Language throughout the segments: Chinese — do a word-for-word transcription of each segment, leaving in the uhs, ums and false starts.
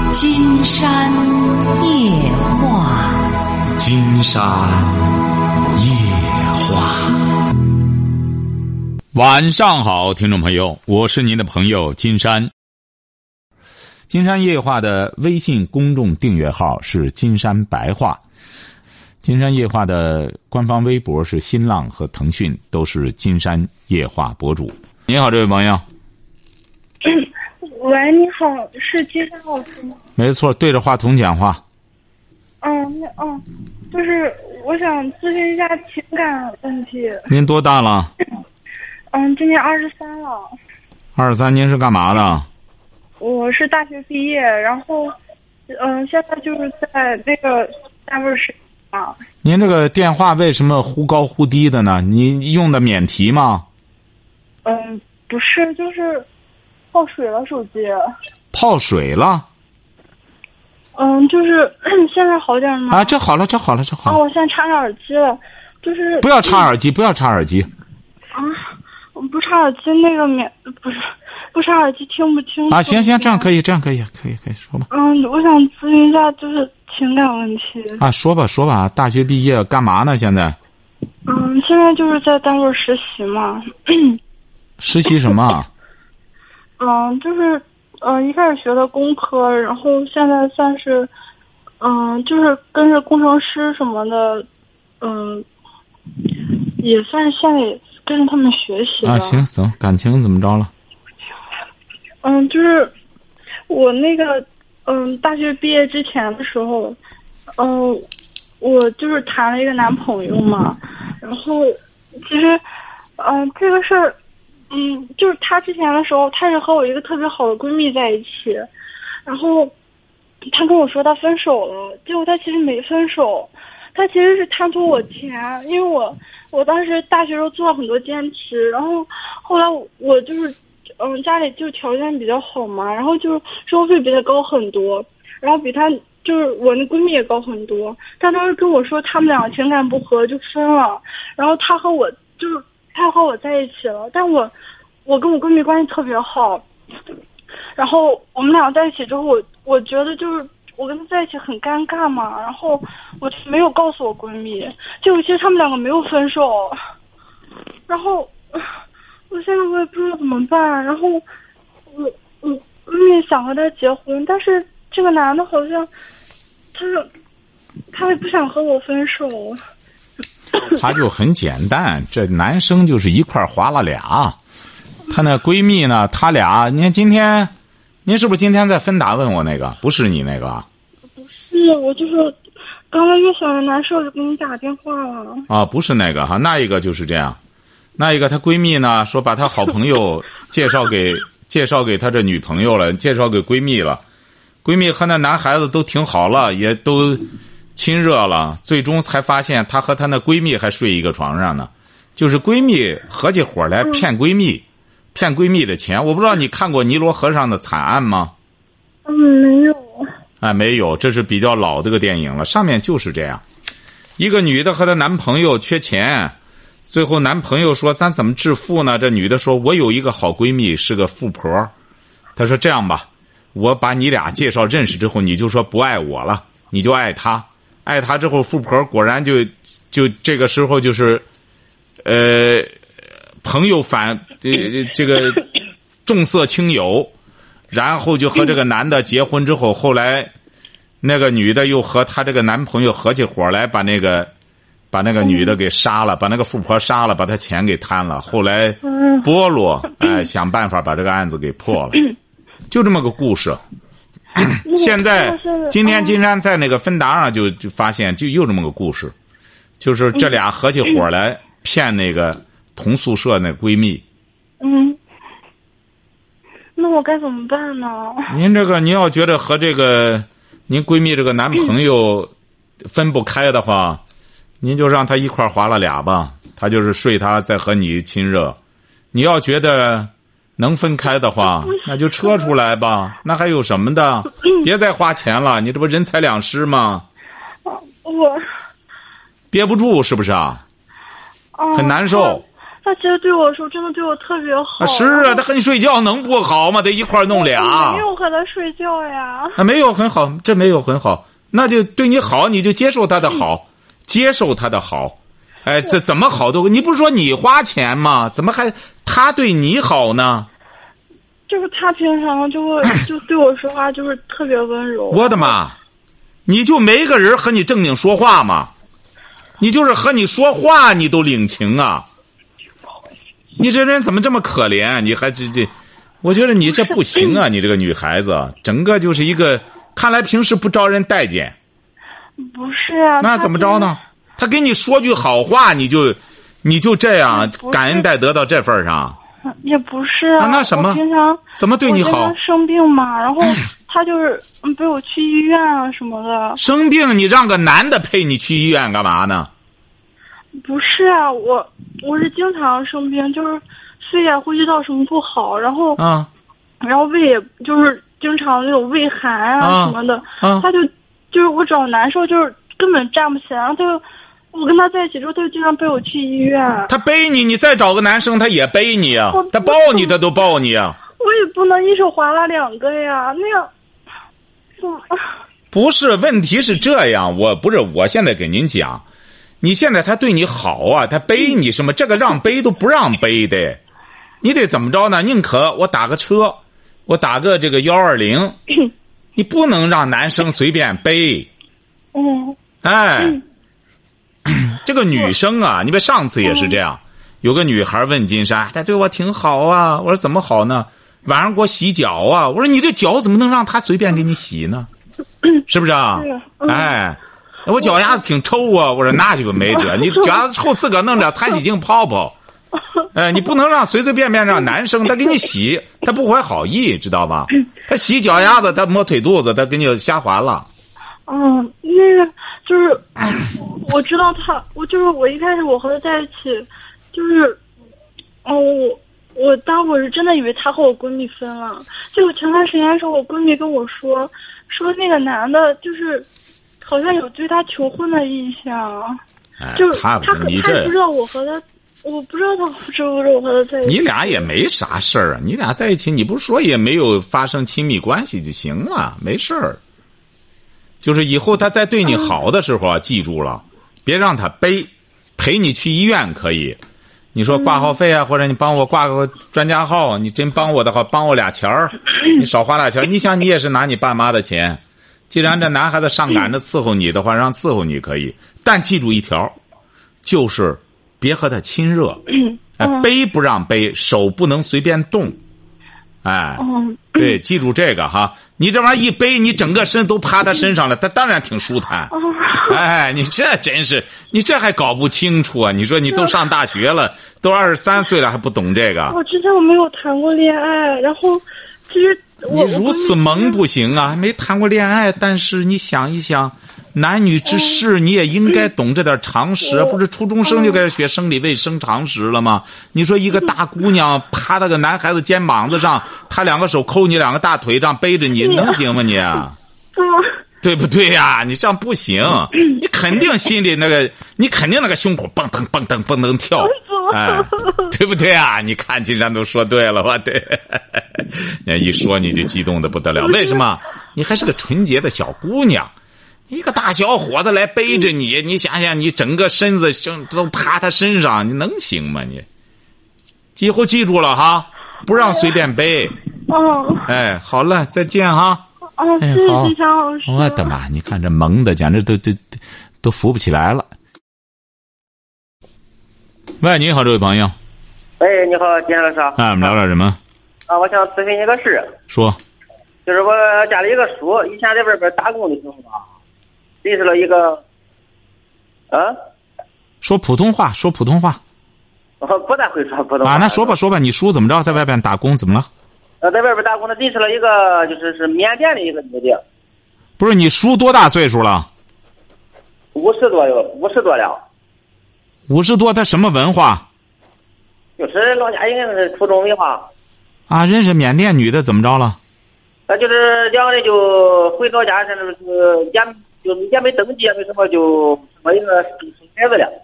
金山夜话， 金山夜话。晚上好，听众朋友，我是您的朋友金山。金山夜话的微信公众订阅号是金山白话，金山夜话的官方微博是新浪和腾讯，都是金山夜话博主。你好，这位朋友。 喂，你好，是金山老师吗？ 没错，对着话筒讲话。 嗯，那嗯，就是我想咨询一下情感问题。 您多大了？ 嗯，今年二十三了。 二十三，您是干嘛的？ 我是大学毕业，然后，嗯，现在就是在那个单位实习嘛。 您这个电话为什么忽高忽低的呢？你用的免提吗？ 嗯，不是，就是泡水了手机。 泡水了？ 嗯，就是现在好点吗？ 啊，这好了，这好了，这好了。 啊，我现在插上耳机了，就是不要插耳机，不要插耳机。 啊，我不插耳机那个免不是不插耳机听不清楚啊？行行，这样可以，这样可以，可以可以说吧。 嗯，我想咨询一下，就是情感问题。 啊，说吧说吧，大学毕业干嘛呢？现在？ 嗯，现在就是在单位实习嘛。 实习什么？ 嗯，就是呃一开始学的工科，然后现在算是嗯，就是跟着工程师什么的，嗯，也算是现在也跟着他们学习了。 啊，行，走，感情怎么着了？ 嗯，就是我那个嗯，大学毕业之前的时候，嗯，我就是谈了一个男朋友嘛，然后其实嗯，这个事儿。嗯，就是他之前的时候，他是和我一个特别好的闺蜜在一起，然后他跟我说他分手了，结果他其实没分手，他其实是贪图我钱，因为我我当时大学时候做了很多兼职，然后后来我我就是嗯家里就条件比较好嘛，然后就是生活费比他高很多，然后比他就是我那闺蜜也高很多，他当时跟我说他们俩情感不合就分了，然后他和我就是。他和我在一起了，但我我跟我闺蜜关系特别好，然后我们俩在一起之后，我我觉得就是我跟他在一起很尴尬嘛，然后我就没有告诉我闺蜜，结果其实他们两个没有分手，然后我现在我也不知道怎么办，然后我我闺蜜想和他结婚，但是这个男的好像他他也不想和我分手。 他就很简单，这男生就是一块划了俩，他那闺蜜呢，他俩，您今天，您是不是今天在芬达问我那个？不是你那个？ 不是，我就是刚才越想着难受，就给你打电话了。 啊，不是那个哈，那一个就是这样，那一个她闺蜜呢说把她好朋友介绍给介绍给她这女朋友了，介绍给闺蜜了，闺蜜和那男孩子都挺好了，也都。亲热了，最终才发现她和她那闺蜜还睡一个床上呢，就是闺蜜合起伙来骗闺蜜，骗闺蜜的钱。我不知道你看过尼罗河上的惨案吗？ 嗯，没有。 哎，没有，这是比较老的个电影了。上面就是这样，一个女的和她男朋友缺钱，最后男朋友说咱怎么致富呢？这女的说我有一个好闺蜜是个富婆，她说这样吧，我把你俩介绍认识之后，你就说不爱我了，你就爱她。爱他之后，富婆果然就就这个时候就是，呃，朋友反这这个重色轻友，然后就和这个男的结婚之后，后来那个女的又和他这个男朋友合起伙来把那个把那个女的给杀了，把那个富婆杀了，把他钱给贪了。后来波罗哎想办法把这个案子给破了，就这么个故事。现在今天金山在那个芬达上就就发现就又这么个故事，就是这俩合起伙来骗那个同宿舍那闺蜜。 嗯，那我该怎么办呢？ 您这个您要觉得和这个您闺蜜这个男朋友分不开的话，您就让他一块划了俩吧，他就是睡他再和你亲热。你要觉得能分开的话，那就撤出来吧，那还有什么的？别再花钱了，你这不人财两失吗？ 我憋不住是不是啊？很难受。 他其实对我说，真的对我特别好。 啊是啊，他和你睡觉能不好吗？得一块弄俩。 没有和他睡觉呀。 啊，没有很好，这没有很好，那就对你好，你就接受他的好，接受他的好。哎，这怎么好都？你不是说你花钱吗？怎么还他对你好呢？ 就是他平常就会就对我说话就是特别温柔。 我的妈！你就没个人和你正经说话吗？你就是和你说话你都领情啊！你这人怎么这么可怜？你还这这，我觉得你这不行啊！你这个女孩子，整个就是一个，看来平时不招人待见。 不是啊。 那怎么着呢？他给你说句好话，你就你就这样感恩戴德到这份上。 也不是啊，那什么？ 平常怎么对你好？ 我生病嘛，然后他就是陪我去医院啊什么的。 生病你让个男的陪你去医院干嘛呢？ 不是啊，我我是经常生病，就是肺啊呼吸道什么不好，然后啊， 然后胃也就是经常那种胃寒啊什么的， 啊， 他就就是我只要难受，就是根本站不起来，然后他就。我跟他在一起之后，他就经常背我去医院。 他背你，你再找个男生，他也背你啊。他抱你，他都抱你啊。 我也不能一手划拉两个呀，那样。 不是，问题是这样，我不是，我现在给您讲，你现在他对你好啊，他背你什么？这个让背都不让背的，你得怎么着呢？宁可我打个车，我打个这个幺二零，你不能让男生随便背。 嗯。 哎。嗯这个女生啊，你别上次也是这样，有个女孩问金山，他对我挺好啊。我说怎么好呢？晚上给我洗脚啊。我说你这脚怎么能让他随便给你洗呢？是不是啊？哎，我脚丫子挺臭啊。我说那就没辙，你脚丫子臭自个儿弄点餐洗净泡泡。哎，你不能让随随便便让男生他给你洗，他不怀好意，知道吧？他洗脚丫子，他摸腿肚子，他给你瞎划了。 嗯，那个就是，我知道他，我就是我一开始我和他在一起，就是，哦，我我当会是真的以为他和我闺蜜分了。就前段时间的时候，我闺蜜跟我说，说那个男的，就是好像有对他求婚的意向， 哎、 就是他他你这他不知道我和他，我不知道他知不知道我和他在一起。 你俩也没啥事儿啊，你俩在一起，你不是说也没有发生亲密关系就行了，没事儿。就是以后他再对你好的时候啊，嗯、记住了，别让他背，陪你去医院可以。你说挂号费啊，嗯、或者你帮我挂个专家号，你真帮我的话，帮我俩钱儿，你少花俩钱儿。你想，你也是拿你爸妈的钱。既然这男孩子上赶着伺候你的话，让伺候你可以，但记住一条，就是别和他亲热。哎，背不让背，手不能随便动。哎，对，记住这个哈。你这玩意儿一背，你整个身都趴他身上了，他当然挺舒坦。哎，你这真是，你这还搞不清楚啊？你说你都上大学了，都二十三岁了还不懂这个？ 我之前我没有谈过恋爱，然后其实你如此萌不行啊，没谈过恋爱，但是你想一想，男女之事你也应该懂这点常识，不是初中生就开始学生理卫生常识了吗？你说一个大姑娘趴到个男孩子肩膀子上，他两个手抠你两个大腿上背着你，能行吗你？对不对呀、啊？你这样不行，你肯定心里那个，你肯定那个胸口蹦噔蹦噔蹦噔跳，哎，对不对啊？你看金山都说对了吧？对，一说你就激动的不得了。为什么？你还是个纯洁的小姑娘，一个大小伙子来背着你，你想想，你整个身子都趴他身上，你能行吗？你以后记住了哈，不让随便背。 哦。 哎，好了，再见哈。 哦，谢谢金山老师。 我的妈！你看这萌的，简直都都都扶不起来了。喂，你好，这位朋友。 哎，你好，金山老师。 哎，我们聊点什么？ 啊，我想咨询你个事。 说。 就是我家里一个叔，以前在外边打工的时候吧，认识了一个，啊？ 说普通话，说普通话。 我不大会说普通话。 啊，那说吧说吧，你叔怎么着，在外边打工怎么了？ 呃，在外边打工的认识了一个，就是是缅甸的一个女的。 不是，你叔多大岁数了？ 五十多有，五十多了。 五十多，他什么文化？ 就是老家应该是初中文化。 啊，认识缅甸女的怎么着了？ 那就是两个人就回老家，甚至是也就是也没登记，也没什么，就生了一个生孩子了。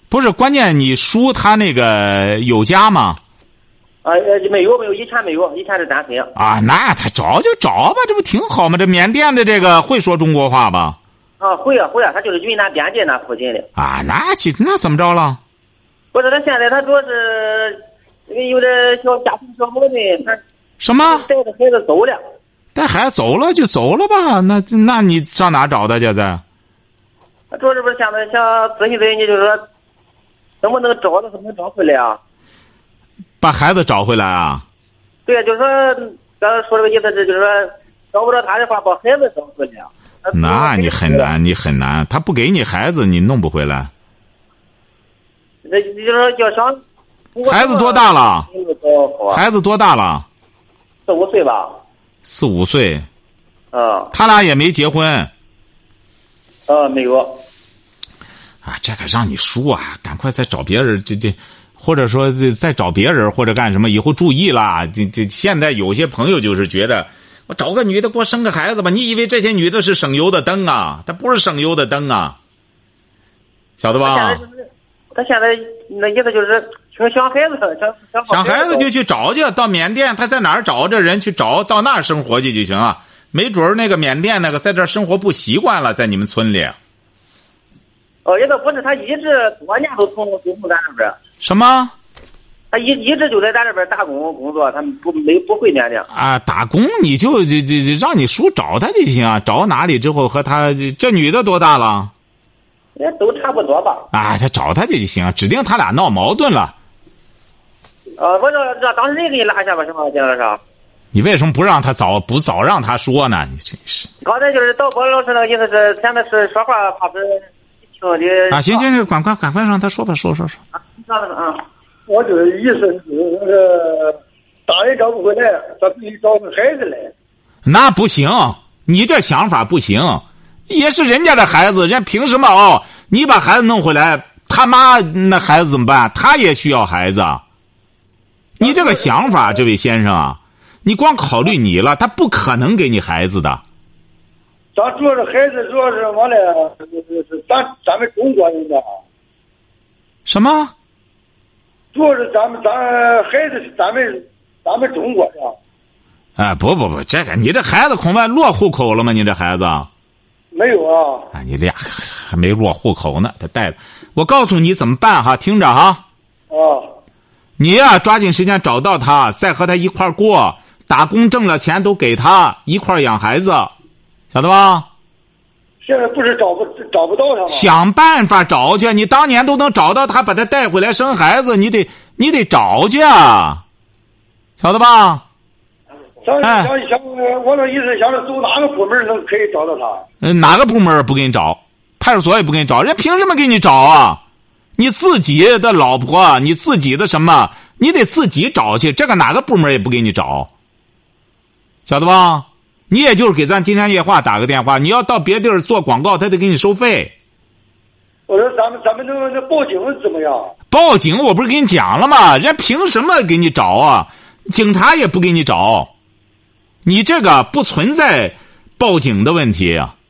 不是，关键你叔他那个有家吗？ 啊呃没有没有，以前没有，以前是单身。 啊，那他找就找吧，这不挺好吗？这缅甸的这个会说中国话吧？ 啊会啊会啊，他就是云南边界那附近的。 啊，那去那怎么着了？ 不是，他现在他主要是有点小家庭小矛盾，他什么？ 带着孩子走了。 带孩子走了就走了吧，那那你上哪找他去在？ 他主要是不是现在想咨询咨询，就是说能不能找，能不能找回来啊？ 把孩子找回来啊？ 对，就是说刚才说这个意思是，就是说找不着他的话，把孩子找回来。 那你很难，你很难，他不给你孩子，你弄不回来。 那你就是说要想孩子多大了？孩子多大了？ 四五岁吧。 四五岁。 啊。 他俩也没结婚。 啊，没有。 啊，这个让你叔啊，赶快再找别人，这这，或者说再找别人或者干什么，以后注意啦。这这现在有些朋友就是觉得，我找个女的给我生个孩子吧，你以为这些女的是省油的灯啊？她不是省油的灯啊，晓得吧？ 他现在那意思就是想想孩子，想想想孩子就去找去，到缅甸他在哪儿找这人去找，到那儿生活去就行啊。没准儿那个缅甸那个在这儿生活不习惯了，在你们村里。 哦，也都不是，他一直多年都从都从咱这边。 什么？ 他一一直就在咱这边打工工作，他们不没不回缅甸。 啊，打工你就这这让你叔找他就行啊，找哪里之后和他这女的多大了？ 也都差不多吧。 啊，他找他就行，指定他俩闹矛盾了。 呃，我说让当事人给你拉下吧，是吗，金老师？ 你为什么不让他早不早让他说呢？你真是。 刚才就是导播老师那个意思是，现在是说话怕是听的。 啊，行行行，赶快赶快让他说吧，说说说。 啊，啥子啊？ 我这个意思是那个大人找不回来，他必须找个孩子来。 那不行，你这想法不行，也是人家的孩子，人凭什么哦？你把孩子弄回来，他妈那孩子怎么办？他也需要孩子。你这个想法，这位先生啊，你光考虑你了，他不可能给你孩子的。 咱主要是孩子，主要是完了，是咱咱们中国人的。 什么？ 主要是咱们咱孩子是咱们咱们中国的。 哎，不不不，这个你这孩子恐怕落户口了吗？你这孩子没有啊？ 啊，你俩还没落户口呢，他带着。我告诉你怎么办哈，听着哈。 啊。 你呀、啊，抓紧时间找到他，再和他一块儿过，打工挣了钱都给他，一块儿养孩子，晓得吧？ 现在不是找不找不到他吗？ 想办法找去，你当年都能找到他，把他带回来生孩子，你得你得找去，晓得吧？ 想想想，我那意思想着走哪个部门能可以找到他？ 嗯，哪个部门不给你找？派出所也不给你找，人凭什么给你找啊？你自己的老婆，你自己的什么，你得自己找去，这个哪个部门也不给你找，晓得吧？你也就是给咱金山夜话打个电话，你要到别地儿做广告，他得给你收费。 我说咱们咱们那那报警怎么样？ 报警我不是跟你讲了吗？人凭什么给你找啊？警察也不给你找，你这个不存在报警的问题啊。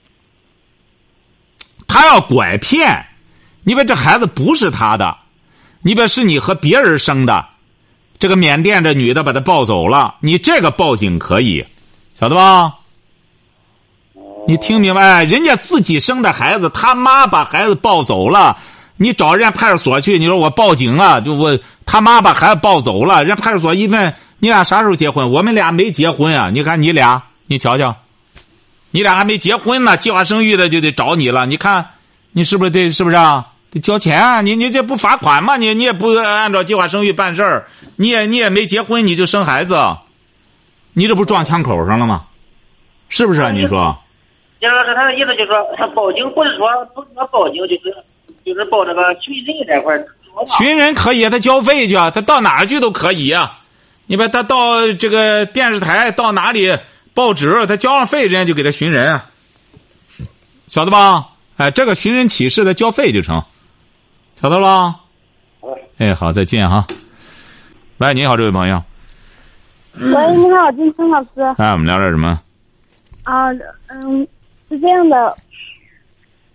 他要拐骗，你把这孩子不是他的，你把是你和别人生的，这个缅甸这女的把他抱走了，你这个报警可以，晓得吧？你听明白？人家自己生的孩子，他妈把孩子抱走了，你找人家派出所去，你说我报警啊，就我他妈把孩子抱走了，人家派出所一问，你俩啥时候结婚？我们俩没结婚啊！你看你俩，你瞧瞧，你俩还没结婚呢，计划生育的就得找你了。你看，你是不是得是不是啊？得交钱啊！你你这不罚款吗？你你也不按照计划生育办事儿，你也你也没结婚你就生孩子，你这不撞枪口上了吗？是不是啊？你说？ 杨老师，他的意思就是说，他报警不是说不是说报警，就是就是报这个寻人这块儿。 寻人可以，他交费去啊，他到哪儿去都可以啊。你把他到这个电视台，到哪里报纸，他交上费，人家就给他寻人啊，晓得吧？哎，这个寻人启事他交费就成，晓得了？哎，好，再见哈。喂，你好，这位朋友。 喂，你好，金春老师。 哎，我们聊点什么？ 啊，嗯，是这样的，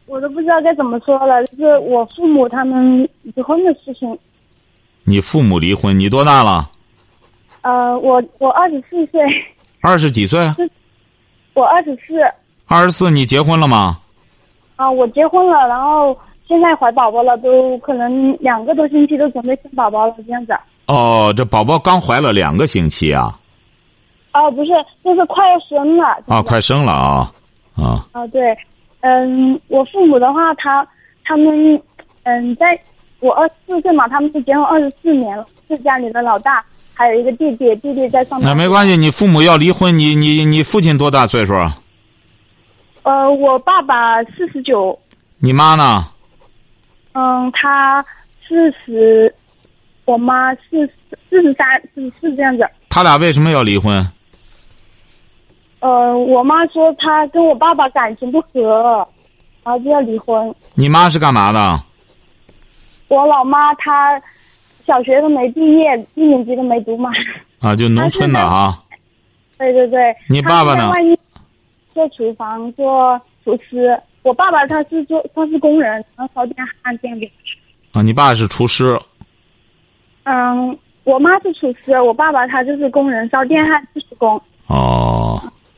我都不知道该怎么说了，就是我父母他们离婚的事情。 你父母离婚，你多大了？ 呃，我我二十四岁。 二十几岁？ 我二十四。 二十四，你结婚了吗？ 啊，我结婚了，然后现在怀宝宝了，都可能两个多星期都准备生宝宝了，这样子。 哦，这宝宝刚怀了两个星期啊？ 哦，不是，就是快要生了。 啊，快生了啊！啊。 啊，对，嗯，我父母的话，他他们，嗯，在我二十四岁嘛，他们是结婚二十四年了，是家里的老大，还有一个弟弟，弟弟在上班。 那没关系，你父母要离婚，你你你父亲多大岁数？ 呃，我爸爸四十九。 你妈呢？ 嗯，他四十，我妈四十四十三、四十四这样子。 他俩为什么要离婚？ 呃，我妈说她跟我爸爸感情不和，然后就要离婚。 你妈是干嘛的？ 我老妈她小学都没毕业，一年级都没读满。 啊，就农村的哈。 对对对。 你爸爸呢？ 做厨房，做厨师。我爸爸他是做，他是工人，然后烧电焊这样子。 啊，你爸是厨师。 嗯，我妈是厨师，我爸爸他就是工人，烧电焊技术工。 哦。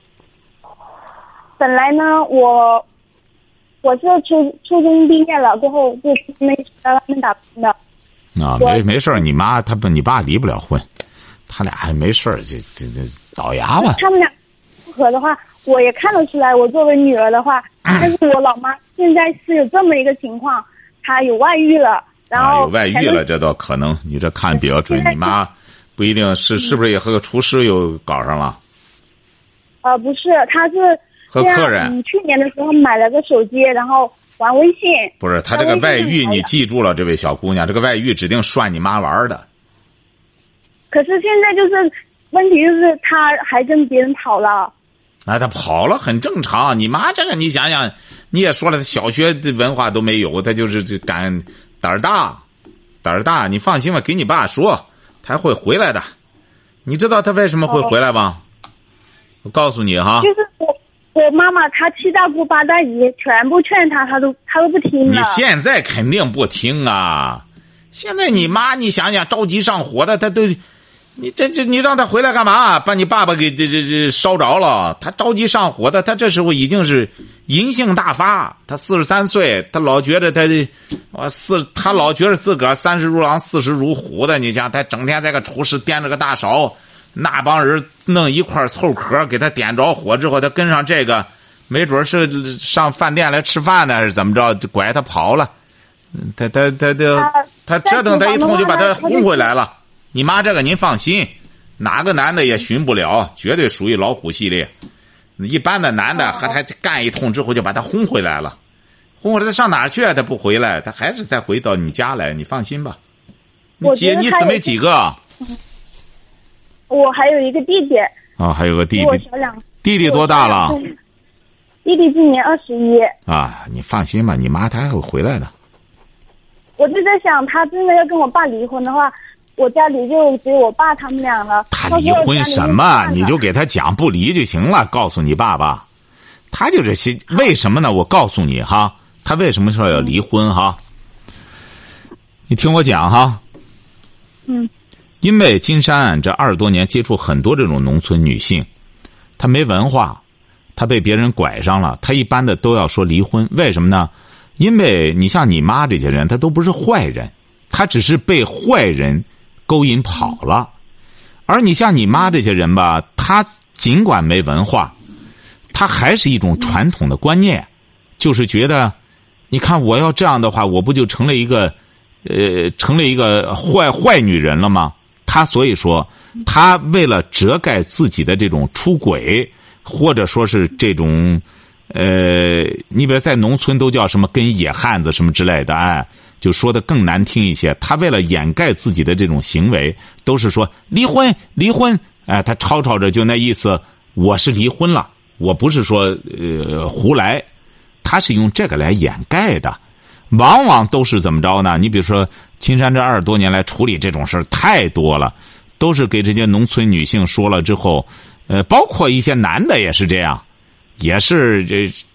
本来呢，我我是初初中毕业了过后，就没在外面打工的。 啊，没没事儿，你妈他不，你爸离不了婚，他俩还没事儿，这这这倒牙吧。 他们俩不合的话，我也看得出来。我作为女儿的话，嗯、但是我老妈现在是有这么一个情况，她有外遇了，然后、 啊、有外遇了，这倒可能，你这看比较准。你妈不一定是是不是也和个厨师又搞上了？ 呃，不是，她是和客人。 嗯，去年的时候买了个手机，然后玩微信。 不是，他这个外遇你记住了，这位小姑娘，这个外遇指定涮你妈玩的。 可是现在就是问题，就是他还跟别人跑了。 哎，他跑了很正常。你妈这个，你想想，你也说了，他小学的文化都没有，他就是这敢胆儿大，胆儿大。你放心吧，给你爸说，他会回来的。你知道他为什么会回来吗？哦、我告诉你哈， 就是我我妈妈她七大姑八大姨全部劝他，他都他都不听了。 你现在肯定不听啊！现在你妈，你想想着急上火的，他都。你这这你让他回来干嘛？把你爸爸给这这这烧着了，他着急上火的，他这时候已经是淫性大发。他四十三岁，他老觉得他的啊四，他老觉得自个儿三十如狼，四十如虎的。你想，他整天在个厨师掂着个大勺，那帮人弄一块凑壳给他点着火之后，他跟上这个，没准是上饭店来吃饭呢，还是怎么着，就拐他跑了。他他他他他折腾他一通，就把他轰回来了。你妈这个您放心，哪个男的也寻不了，绝对属于老虎系列。一般的男的和他干一通之后就把他轰回来了，轰回来他上哪儿去啊？他不回来，他还是再回到你家来，你放心吧。你姐你姊妹几个？ 我还有一个弟弟。 啊、哦，还有个弟弟。 我小两。 弟弟多大了？ 弟弟今年二十一。 啊，你放心吧，你妈她还会回来的。 我就在想，他真的要跟我爸离婚的话。我家里就只有我爸他们俩了。 他离婚什么？你就给他讲不离就行了。告诉你爸爸，他就是心为什么呢？我告诉你哈，他为什么说要离婚哈？你听我讲哈。 嗯。 因为金山这二十多年接触很多这种农村女性，她没文化，她被别人拐上了，她一般的都要说离婚。为什么呢？因为你像你妈这些人，她都不是坏人，她只是被坏人勾引跑了，而你像你妈这些人吧，他尽管没文化，他还是一种传统的观念，就是觉得，你看我要这样的话，我不就成了一个，呃，成了一个坏坏女人了吗？他所以说，他为了遮盖自己的这种出轨，或者说是这种，呃，你比如在农村都叫什么跟野汉子什么之类的，哎。就说的更难听一些，他为了掩盖自己的这种行为，都是说离婚离婚，哎，他吵吵着就那意思，我是离婚了，我不是说呃胡来，他是用这个来掩盖的，往往都是怎么着呢？你比如说金山这二十多年来处理这种事儿太多了，都是给这些农村女性说了之后，呃，包括一些男的也是这样，也是这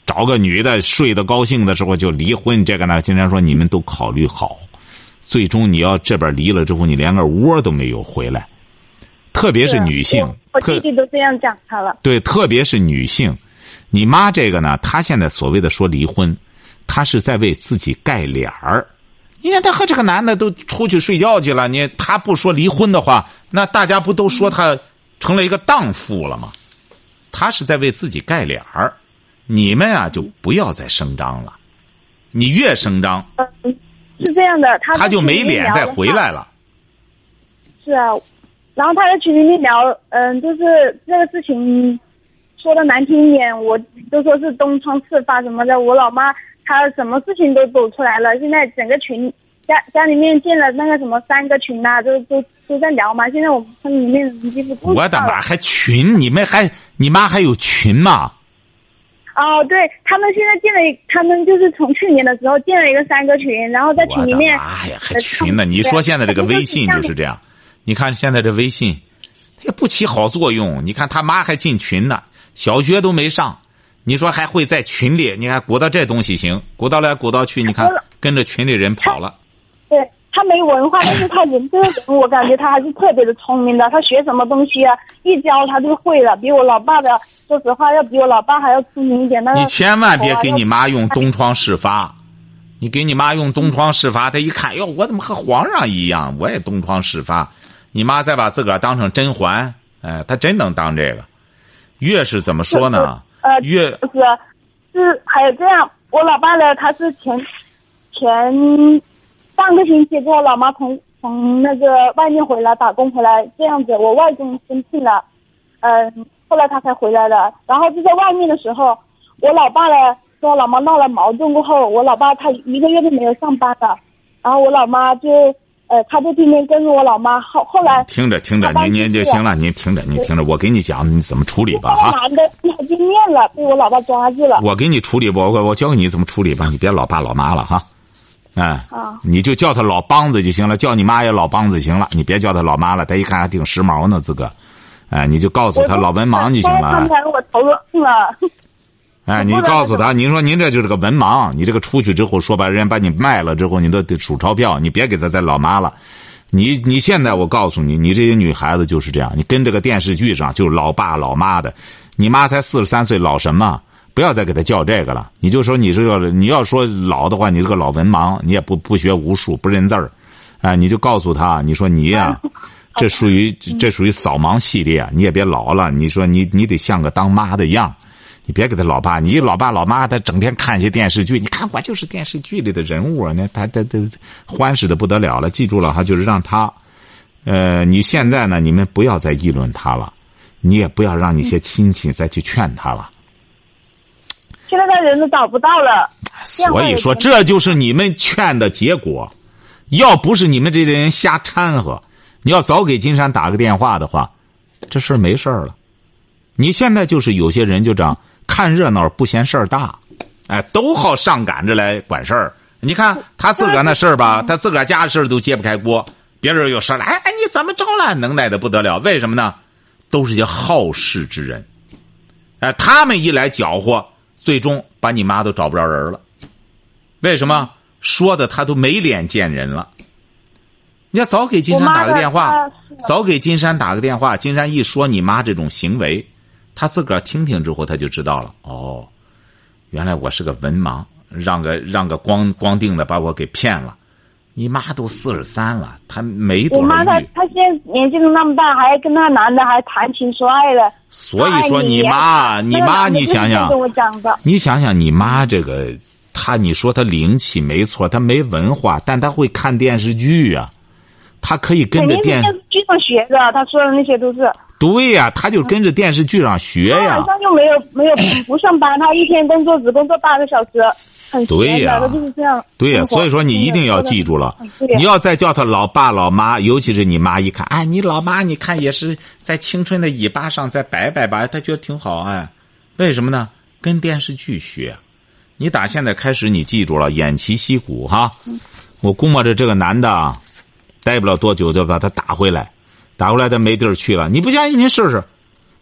找个女的睡得高兴的时候就离婚，这个呢，经常说你们都考虑好，最终你要这边离了之后，你连个窝都没有回来。特别是女性， 我弟弟都这样讲他了。 对，特别是女性，你妈这个呢，她现在所谓的说离婚，她是在为自己盖脸儿。你看她和这个男的都出去睡觉去了，你她不说离婚的话，那大家不都说她成了一个荡妇了吗？她是在为自己盖脸儿。你们啊，就不要再声张了，你越声张， 嗯，是这样的，他他就没脸再回来了。 是啊，然后他在群里面聊，嗯，就是这个事情说的难听一点，我就说是东窗事发什么的。我老妈她什么事情都抖出来了，现在整个群家家里面建了那个什么三个群呐、啊，都都都在聊嘛。现在我村里面人几乎都我的妈，还群？你们还你妈还有群吗？ 哦，对，他们现在建了一，他们就是从去年的时候建了一个三个群，然后在群里面， 哎呀，还群呢？你说现在这个微信就是这样，你看现在这微信，也不起好作用。你看他妈还进群呢，小学都没上，你说还会在群里？你看鼓捣这东西行，鼓捣来鼓捣去，你看跟着群里人跑了。 对。他没文化，但是他人这个人，我感觉他还是特别的聪明的。他学什么东西啊，一教他就会了，比我老爸的，说实话，要比我老爸还要聪明一点。那你千万别给你妈用东窗事发，你给你妈用东窗事发，她一看，哟，我怎么和皇上一样？我也东窗事发。你妈再把自个儿当成甄嬛，哎，她真能当这个。越是怎么说呢？ 呃， 越是是还有这样，我老爸呢，他是前前。上个星期跟我老妈从从那个外面回来打工回来，这样子，我外公生病了，嗯，后来他才回来的。然后就在外面的时候，我老爸呢跟我老妈闹了矛盾过后，我老爸他一个月都没有上班了，然后我老妈就呃，他就天天跟着我老妈。后后来听着听着，您您就行了，您听着您听着，我给你讲你怎么处理吧哈。 男的他就念了，被我老爸抓住了。 我给你处理，我我我教你怎么处理吧，你别老爸老妈了哈。哎，你就叫他老梆子就行了，叫你妈也老梆子行了，你别叫他老妈了，他一看还挺时髦呢，自个，哎，你就告诉他老文盲就行了。 刚才我头痛了。 哎，你告诉他，您说您这就是个文盲，你这个出去之后，说白了，人家把你卖了之后，你都得数钞票，你别给他再老妈了。你你现在我告诉你，你这些女孩子就是这样，你跟这个电视剧上就是老爸老妈的，你妈才四十三岁，老什么？不要再给他叫这个了，你就说你这个，你要说老的话，你这个老文盲，你也不不学无术，不认字儿，哎，你就告诉他，你说你呀、啊，这属于这属于扫盲系列，你也别老了，你说你你得像个当妈的样，你别给他老爸，你老爸老妈他整天看些电视剧，你看我就是电视剧里的人物啊，那他他他欢实的不得了了，记住了哈，就是让他，呃，你现在呢，你们不要再议论他了，你也不要让你些亲戚再去劝他了。 现在他人都找不到了， 所以说这就是你们劝的结果。要不是你们这些人瞎掺和，你要早给金山打个电话的话，这事儿没事儿了。你现在就是有些人就这样看热闹不嫌事儿大，哎，都好上赶着来管事儿。你看他自个儿那事儿吧，他自个儿家的事儿都揭不开锅，别人又说了，哎哎，你怎么着了？能耐的不得了，为什么呢？都是些好事之人，哎，他们一来搅和。最终把你妈都找不着人了，为什么？说的他都没脸见人了。你要早给金山打个电话，早给金山打个电话，金山一说你妈这种行为，他自个儿听听之后他就知道了。哦，原来我是个文盲，让个让个光光腚的把我给骗了。你妈都四十三了，她没多少。 我妈她她现在年纪都那么大，还跟那男的还谈情说爱了。 所以说你妈，你妈，你想想，你想想你妈这个，她你说她灵气没错，她没文化，但她会看电视剧啊，她可以跟着电视剧上学的，她说的那些都是。 对呀、啊，她就跟着电视剧上学呀、啊。 晚上又没有没有不上班，她一天工作只工作八个小时。 对呀、啊，对呀、啊，所以说你一定要记住了，你要再叫他老爸老妈，尤其是你妈一看，哎，你老妈你看也是在青春的尾巴上再摆摆吧，他觉得挺好，哎，为什么呢？跟电视剧学，你打现在开始你记住了，偃旗息鼓哈，我估摸着这个男的待不了多久就把他打回来，打回来他没地儿去了，你不相信您试试，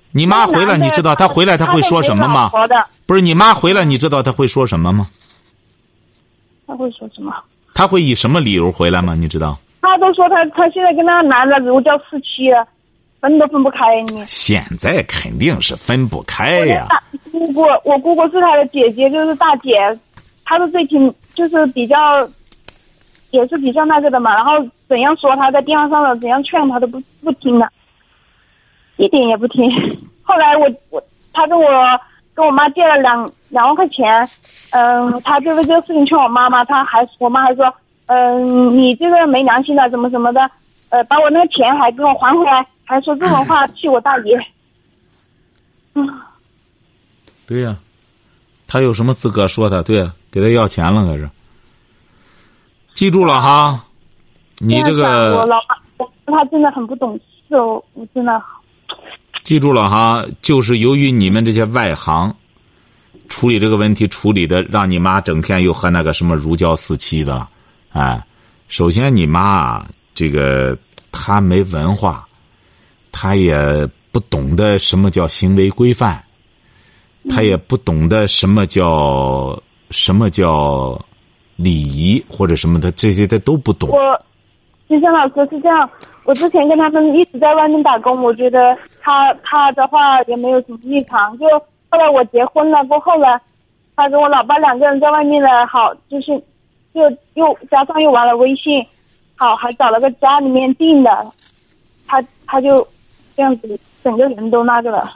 你妈回来，你知道她回来她会说什么吗？不是，你妈回来，你知道她会说什么吗？ 她会说什么？ 她会以什么理由回来吗？你知道？ 她都说她她现在跟那个男的如胶似漆了，分都分不开你。 现在肯定是分不开呀。 我姑姑，我姑姑是她的姐姐，就是大姐，她是最亲，就是比较，也是比较那个的嘛。然后怎样说她在电话上了，怎样劝她都不不听的，一点也不听。后来我我她跟我跟我妈借了两两万块钱，嗯，她就为这个事情劝我妈妈，她还我妈还说，嗯，你这个没良心的，怎么怎么的，呃，把我那个钱还给我还回来，还说这种话气我大爷。嗯。 对呀、啊，他有什么资格说他？对呀、啊，给他要钱了可是。记住了哈，你这个我老妈，他真的很不懂事哦，我真的。 记住了哈，就是由于你们这些外行处理这个问题处理的，让你妈整天又和那个什么如胶似漆的，哎，首先你妈啊，这个她没文化，她也不懂得什么叫行为规范。他也不懂得什么叫什么叫礼仪或者什么的，这些他都不懂。 我，金山老师是这样，我之前跟他们一直在外面打工，我觉得他他的话也没有什么异常。就后来我结婚了过后呢，他跟我老爸两个人在外面呢，好就是就又加上又玩了微信，好还找了个家里面订的，他他就这样子整个人都那个了。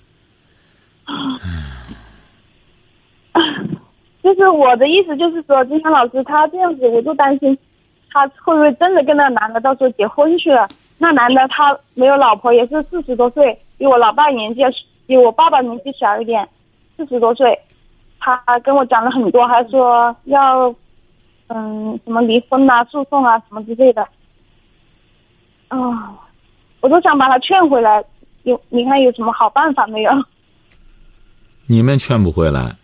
就是我的意思，就是说，金山老师他这样子，我就担心他会不会真的跟那男的到时候结婚去了。那男的他没有老婆，也是四十多岁，比我老爸年纪比我爸爸年纪小一点，四十多岁。他跟我讲了很多，还说要嗯什么离婚啊、诉讼啊什么之类的。啊、哦，我都想把他劝回来，有你看有什么好办法没有？ 你们劝不回来。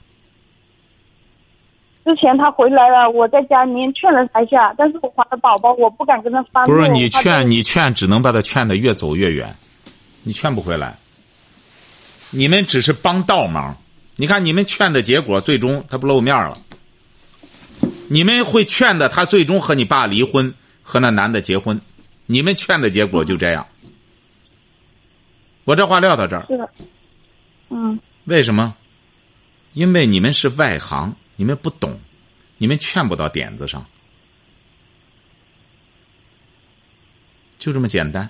之前他回来了，我在家里面劝了他一下，但是我怀了宝宝，我不敢跟他翻。 不是你劝，你劝只能把他劝得越走越远，你劝不回来。你们只是帮倒忙，你看你们劝的结果，最终他不露面了。你们会劝的，他最终和你爸离婚，和那男的结婚，你们劝的结果就这样。我这话撂到这儿。 是的。嗯。 为什么？因为你们是外行，你们不懂，你们劝不到点子上，就这么简单。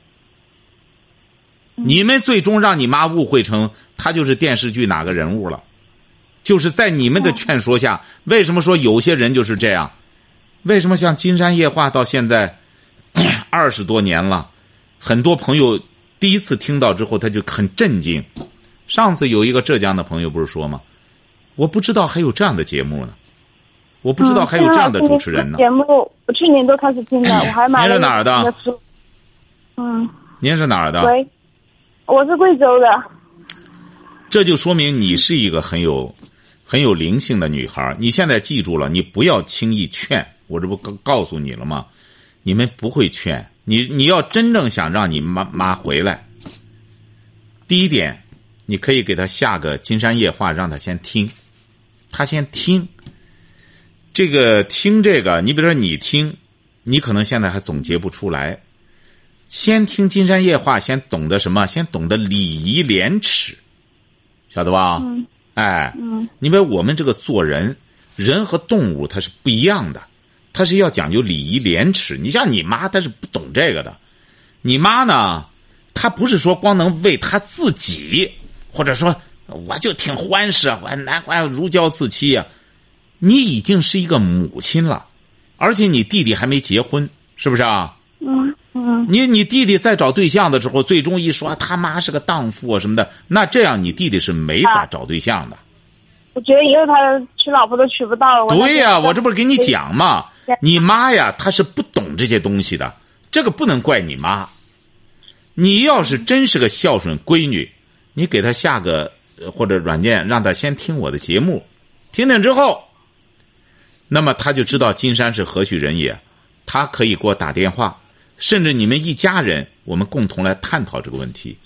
你们最终让你妈误会成她就是电视剧哪个人物了，就是在你们的劝说下，为什么说有些人就是这样？为什么像金山夜话到现在二十多年了，很多朋友第一次听到之后他就很震惊。上次有一个浙江的朋友不是说吗？我不知道还有这样的节目呢，我不知道还有这样的主持人呢。 节目我去年都开始听了，我还买了。 您是哪儿的？ 嗯。 您是哪儿的？ 喂，我是贵州的。 这就说明你是一个很有很有灵性的女孩。你现在记住了，你不要轻易劝，我这不告诉你了吗？你们不会劝，你你要真正想让你妈妈回来，第一点，你可以给她下个金山夜话，让她先听，她先听。这个听这个，你比如说你听，你可能现在还总结不出来。先听金山夜话，先懂得什么？先懂得礼仪廉耻，晓得吧？ 嗯。 哎， 嗯。 因为我们这个做人，人和动物它是不一样的，它是要讲究礼仪廉耻。你像你妈，她是不懂这个的。你妈呢，她不是说光能为她自己，或者说我就挺欢实，我难怪如胶似漆呀、啊。你已经是一个母亲了，而且你弟弟还没结婚，是不是啊？ 嗯嗯。 你你弟弟在找对象的时候，最终一说他妈是个荡妇啊什么的，那这样你弟弟是没法找对象的。啊、 我觉得以后他娶老婆都娶不到了。 对呀、啊，我这不是给你讲嘛，你妈呀，她是不懂这些东西的，这个不能怪你妈。你要是真是个孝顺闺女，你给她下个或者软件，让她先听我的节目，听听之后，那么她就知道金山是何许人也，她可以给我打电话，甚至你们一家人，我们共同来探讨这个问题。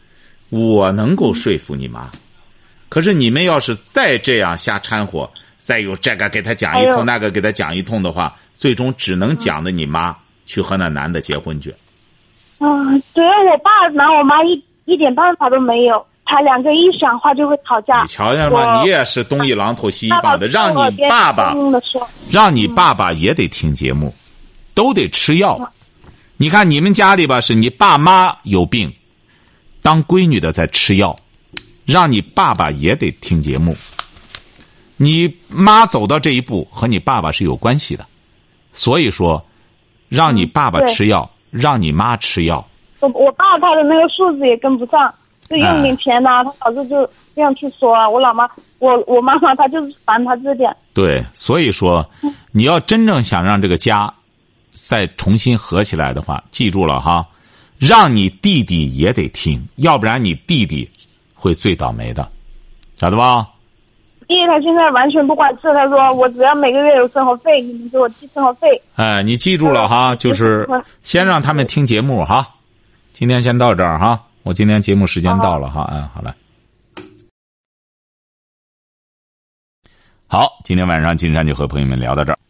我能够说服你妈。可是你们要是再这样瞎掺和，再有这个给他讲一通，那个给他讲一通的话，最终只能讲的你妈去和那男的结婚去。 啊，对，我爸拿我妈一一点办法都没有，他两个一讲话就会吵架。 你瞧见吗？你也是东一榔头西一棒的，让你爸爸，让你爸爸也得听节目，都得吃药。你看你们家里吧，是你爸妈有病，当闺女的在吃药，让你爸爸也得听节目。你妈走到这一步和你爸爸是有关系的，所以说让你爸爸吃药，让你妈吃药。 我我爸他的那个素质也跟不上，就用点钱呐、啊，他老是就这样去说啊。我老妈，我我妈妈，她就是烦他这点。 对，所以说你要真正想让这个家再重新合起来的话，记住了哈，让你弟弟也得听，要不然你弟弟会最倒霉的，晓得吧？ 弟弟他现在完全不管事，他说我只要每个月有生活费，你们给我寄生活费。 哎，你记住了哈，就是先让他们听节目哈。今天先到这儿哈，我今天节目时间到了哈，嗯，好嘞。好，今天晚上金山就和朋友们聊到这儿。